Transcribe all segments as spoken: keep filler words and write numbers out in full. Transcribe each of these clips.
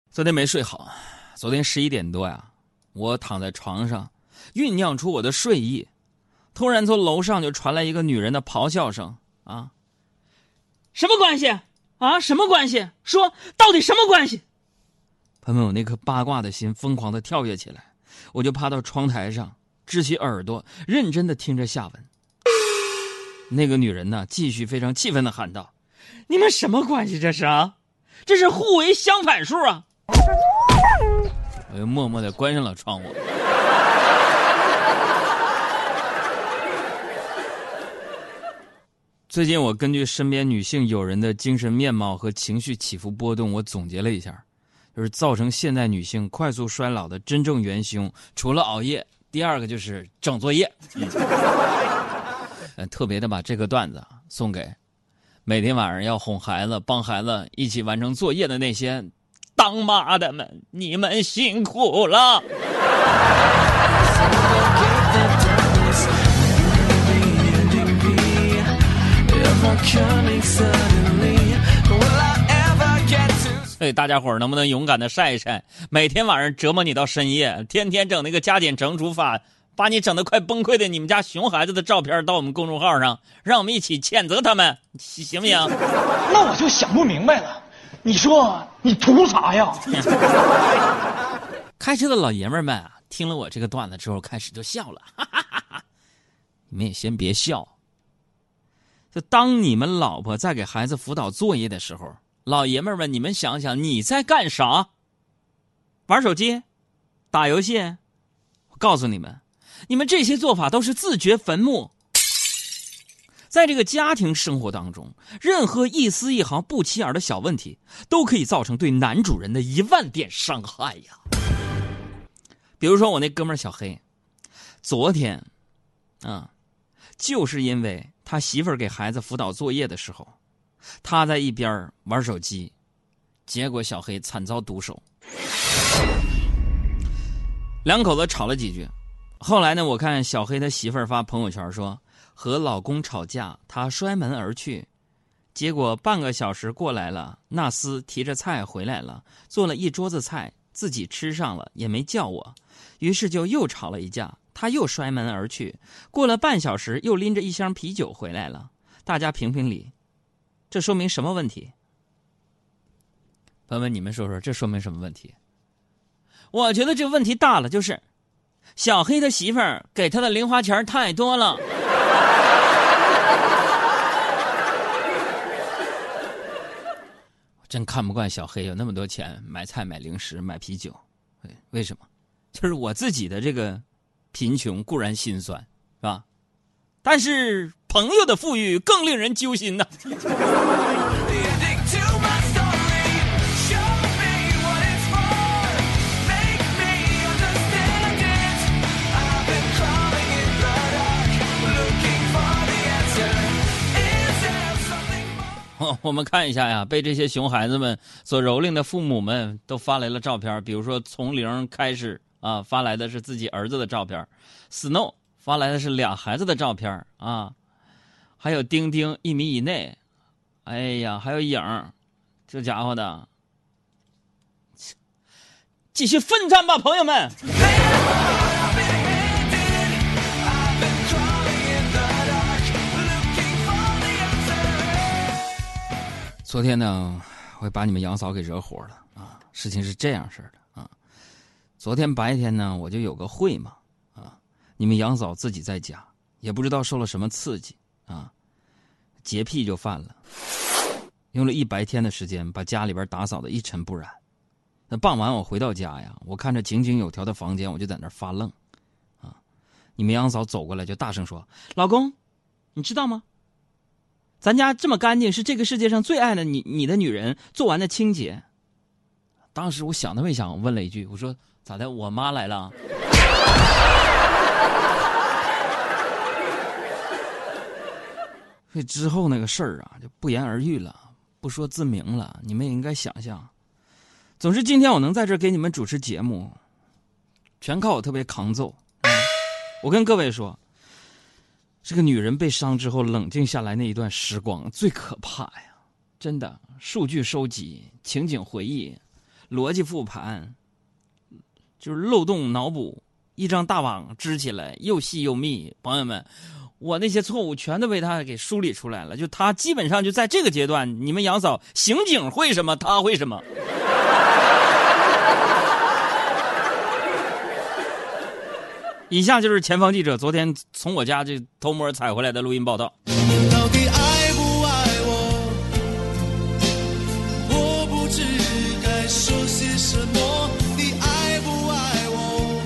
昨天没睡好，昨天十一点多呀，我躺在床上酝酿出我的睡意，突然从楼上就传来一个女人的咆哮声啊！什么关系啊？什么关系？说到底什么关系？朋友们，我那颗八卦的心疯狂地跳跃起来，我就趴到窗台上，支起耳朵，认真地听着下文。那个女人呢，继续非常气愤地喊道：“你们什么关系？这是啊？这是互为相反数啊！”我又默默地关上了窗户。最近我根据身边女性友人的精神面貌和情绪起伏波动，我总结了一下，就是造成现代女性快速衰老的真正元凶，除了熬夜，第二个就是整作业。呃，特别的把这个段子送给每天晚上要哄孩子、帮孩子一起完成作业的那些当妈的们，你们辛苦了。所以大家伙儿能不能勇敢的晒一晒？每天晚上折磨你到深夜，天天整那个加减乘除法，把你整得快崩溃的你们家熊孩子的照片到我们公众号上，让我们一起谴责他们，行不行？ 那我就想不明白了，你说你图啥呀？ 开车的老爷们儿们啊，听了我这个段子之后，开始就笑了，哈哈哈哈。你们也先别笑。就当你们老婆在给孩子辅导作业的时候，老爷们儿们，你们想想你在干啥？玩手机？打游戏？我告诉你们，你们这些做法都是自掘坟墓。在这个家庭生活当中，任何一丝一毫不起眼的小问题，都可以造成对男主人的一万点伤害呀。比如说我那哥们儿小黑，昨天，啊，就是因为他媳妇儿给孩子辅导作业的时候，他在一边玩手机，结果小黑惨遭毒手。两口子吵了几句，后来呢，我看小黑他媳妇儿发朋友圈说和老公吵架，他摔门而去，结果半个小时过来了，纳斯提着菜回来了，做了一桌子菜，自己吃上了，也没叫我，于是就又吵了一架，他又摔门而去，过了半小时又拎着一箱啤酒回来了，大家评评理，这说明什么问题？朋友们，你们说说，这说明什么问题？我觉得这个问题大了，就是小黑的媳妇儿给他的零花钱太多了。我真看不惯小黑有那么多钱买菜、买零食、买啤酒，为什么？就是我自己的这个贫穷固然心酸，是吧？但是朋友的富裕更令人揪心呐。我们看一下呀，被这些熊孩子们所蹂躏的父母们都发来了照片，比如说从零开始啊，发来的是自己儿子的照片 ，Snow 发来的是俩孩子的照片啊，还有丁丁一米以内，哎呀，还有影，这家伙的，继续奋战吧，朋友们！昨天呢，我把你们杨嫂给惹火了啊！事情是这样式的啊，昨天白天呢，我就有个会嘛啊，你们杨嫂自己在家，也不知道受了什么刺激啊，洁癖就犯了，用了一白天的时间把家里边打扫的一尘不染。那傍晚我回到家呀，我看着井井有条的房间，我就在那儿发愣啊。你们杨嫂走过来就大声说：“老公，你知道吗？咱家这么干净，是这个世界上最爱的你你的女人做完的清洁。”当时我想都没想，我问了一句，我说：“咋的？我妈来了？”所以之后那个事儿啊，就不言而喻了，不说自明了。你们也应该想象，总之今天我能在这儿给你们主持节目，全靠我特别抗揍。嗯、我跟各位说，这个女人被伤之后冷静下来那一段时光最可怕呀！真的，数据收集、情景回忆、 逻辑复盘，就是漏洞脑补，一张大网织起来，又细又密。朋友们，我那些错误全都被他给梳理出来了。就他基本上就在这个阶段，你们杨嫂刑警会什么，他会什么。以下就是前方记者昨天从我家这偷摸采回来的录音报道。 到底爱不爱我？我不知该说些什么。你爱不爱我？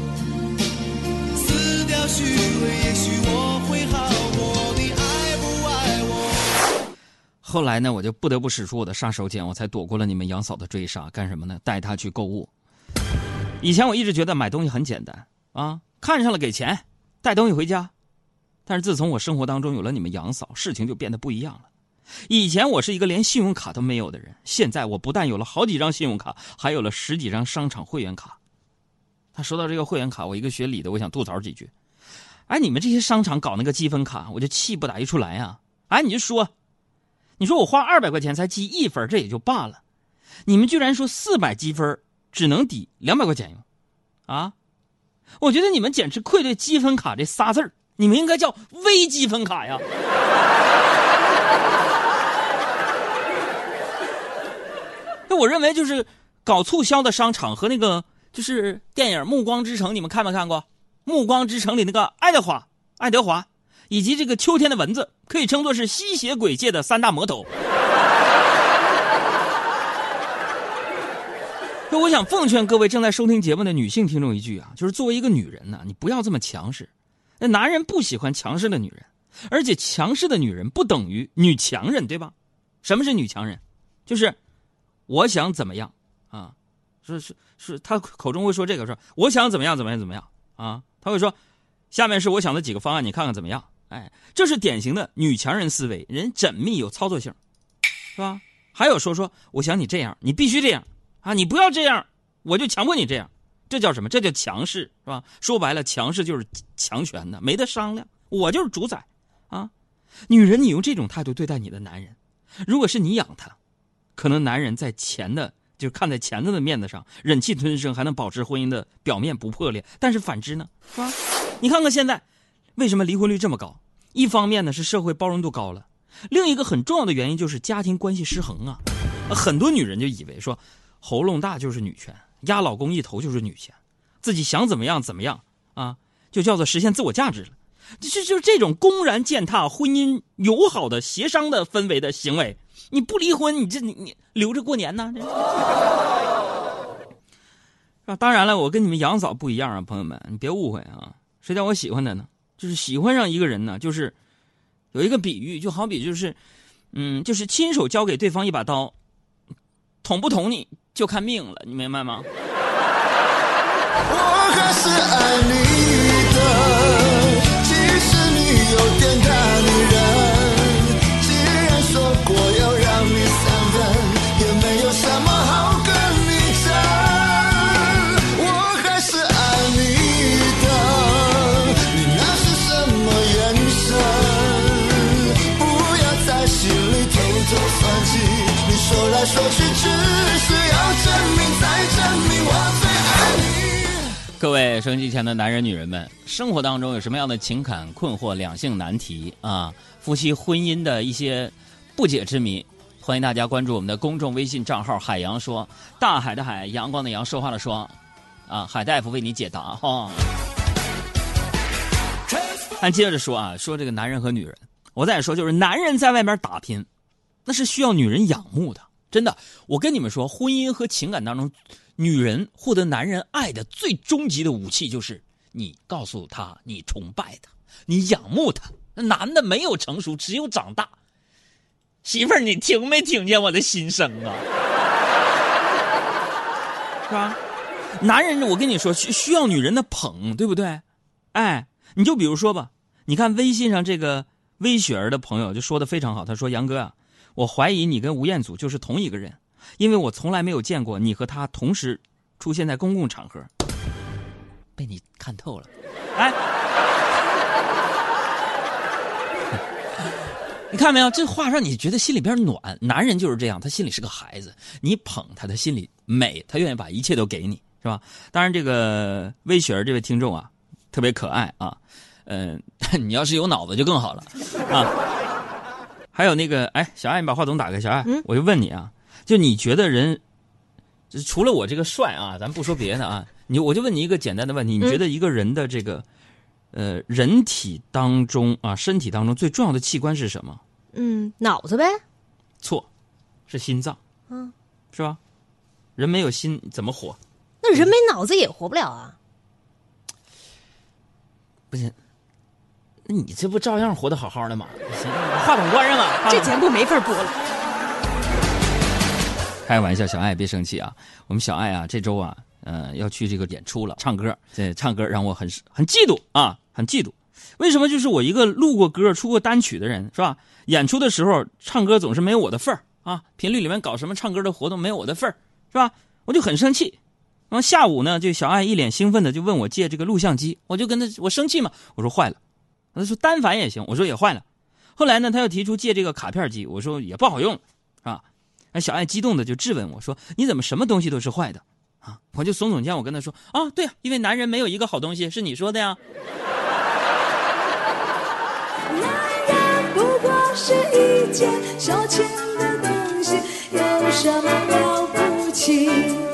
撕掉虚伪，也许我会好过。你爱不爱我？ 后来呢，我就不得不使出我的杀手锏，我才躲过了你们杨嫂的追杀。干什么呢？带她去购物。以前我一直觉得买东西很简单啊。看上了给钱，带东西回家。但是自从我生活当中有了你们杨嫂，事情就变得不一样了。以前我是一个连信用卡都没有的人，现在我不但有了好几张信用卡，还有了十几张商场会员卡。他说到这个会员卡，我一个学理的，我想吐槽几句。哎，你们这些商场搞那个积分卡，我就气不打一处来啊！哎，你就说，你说我花二百块钱才积一分，这也就罢了，你们居然说四百积分只能抵两百块钱用，啊！我觉得你们简直愧对积分卡这仨字儿，你们应该叫微积分卡呀。那我认为就是搞促销的商场和那个就是电影《暮光之城》，你们看没看过？《暮光之城》里那个爱德华、爱德华以及这个秋天的蚊子，可以称作是吸血鬼界的三大魔头。那我想奉劝各位正在收听节目的女性听众一句啊，就是作为一个女人呢、啊，你不要这么强势。那男人不喜欢强势的女人，而且强势的女人不等于女强人，对吧？什么是女强人？就是我想怎么样啊？是是是，他口中会说这个，说我想怎么样怎么样怎么样啊？他会说，下面是我想的几个方案，你看看怎么样？哎，这是典型的女强人思维，人缜密有操作性，是吧？还有说说，我想你这样，你必须这样。啊，你不要这样，我就强迫你这样，这叫什么？这叫强势，是吧？说白了，强势就是强权的，没得商量，我就是主宰啊！女人，你用这种态度对待你的男人，如果是你养他，可能男人在钱的，就是看在钱的面子上，忍气吞声，还能保持婚姻的表面不破裂。但是反之呢，是吧？你看看现在，为什么离婚率这么高？一方面呢是社会包容度高了，另一个很重要的原因就是家庭关系失衡啊。很多女人就以为说，喉咙大就是女权，压老公一头就是女权，自己想怎么样怎么样啊，就叫做实现自我价值了。这就是这种公然践踏婚姻友好的协商的氛围的行为，你不离婚，你这你你留着过年呢？啊，当然了，我跟你们杨嫂不一样啊，朋友们，你别误会啊。谁叫我喜欢他呢？就是喜欢上一个人呢，就是有一个比喻，就好比就是，嗯，就是亲手交给对方一把刀，捅不捅你就看命了，你明白吗？ 我还是爱你的，即使你有点大女人。既然说过要让你三分，也没有什么好跟你争。我还是爱你的，你那是什么眼神？不要在心里偷偷算计，你说来说去只是要证明再证明我最爱你。 各位收音机前的男人女人们，生活当中有什么样的情感困惑、两性难题啊，夫妻婚姻的一些不解之谜，欢迎大家关注我们的公众微信账号海洋说，大海的海，阳光的阳，说话的说啊，海大夫为你解答哈、哦。咱接着说啊，说这个男人和女人，我再说就是男人在外面打拼，那是需要女人仰慕的，真的。我跟你们说，婚姻和情感当中，女人获得男人爱的最终极的武器就是你告诉他你崇拜他，你仰慕他。男的没有成熟，只有长大。媳妇儿，你听没听见我的心声啊？是吧？男人，我跟你说，需需要女人的捧，对不对？哎，你就比如说吧，你看微信上这个微雪儿的朋友就说的非常好，他说：“杨哥啊，我怀疑你跟吴彦祖就是同一个人。”因为我从来没有见过你和他同时出现在公共场合，被你看透了。哎， 你看没有，这话让你觉得心里边暖。男人就是这样，他心里是个孩子，你捧他，他心里美，他愿意把一切都给你，是吧？当然，这个微雪儿这位听众啊，特别可爱啊，嗯、呃，你要是有脑子就更好了啊。还有那个，哎，小爱，你把话筒打开，小爱， 嗯、 我就问你啊，就你觉得人，除了我这个帅啊，咱不说别的啊，你我就问你一个简单的问题，你觉得一个人的这个，嗯、呃，人体当中啊，身体当中最重要的器官是什么？ 嗯，脑子呗。 错，是心脏。 嗯， 是吧？人没有心怎么活？ 那人没脑子也活不了啊。 不行，那你这不照样活得好好的吗？行，话筒关上吧。 这节目没法播了。 开玩笑，小爱别生气啊。我们小爱啊，这周啊，呃，要去这个演出了，唱歌。这唱歌让我很很嫉妒啊，很嫉妒。为什么？就是我一个录过歌、出过单曲的人，是吧？演出的时候唱歌总是没有我的份儿啊，频率里面搞什么唱歌的活动没有我的份儿，是吧？我就很生气。然后下午呢，就小爱一脸兴奋的就问我借这个录像机，我就跟他我生气嘛，我说坏了。他说单反也行，我说也坏了。后来呢，他又提出借这个卡片机，我说也不好用，是吧？小爱激动的就质问我说：“你怎么什么东西都是坏的？”啊，我就耸耸肩，我跟他说：“啊，对啊，因为男人没有一个好东西，是你说的呀。” 男人不过是一件消遣的东西，有什么了不起？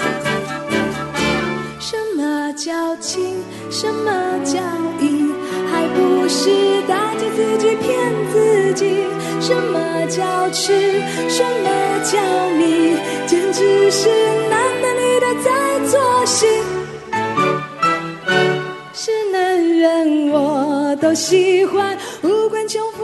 什么叫情，什么叫义，还不是大家自己骗自己。什么叫痴，什么叫迷，简直是男的女的在作戏。是男人我都喜欢，无关穷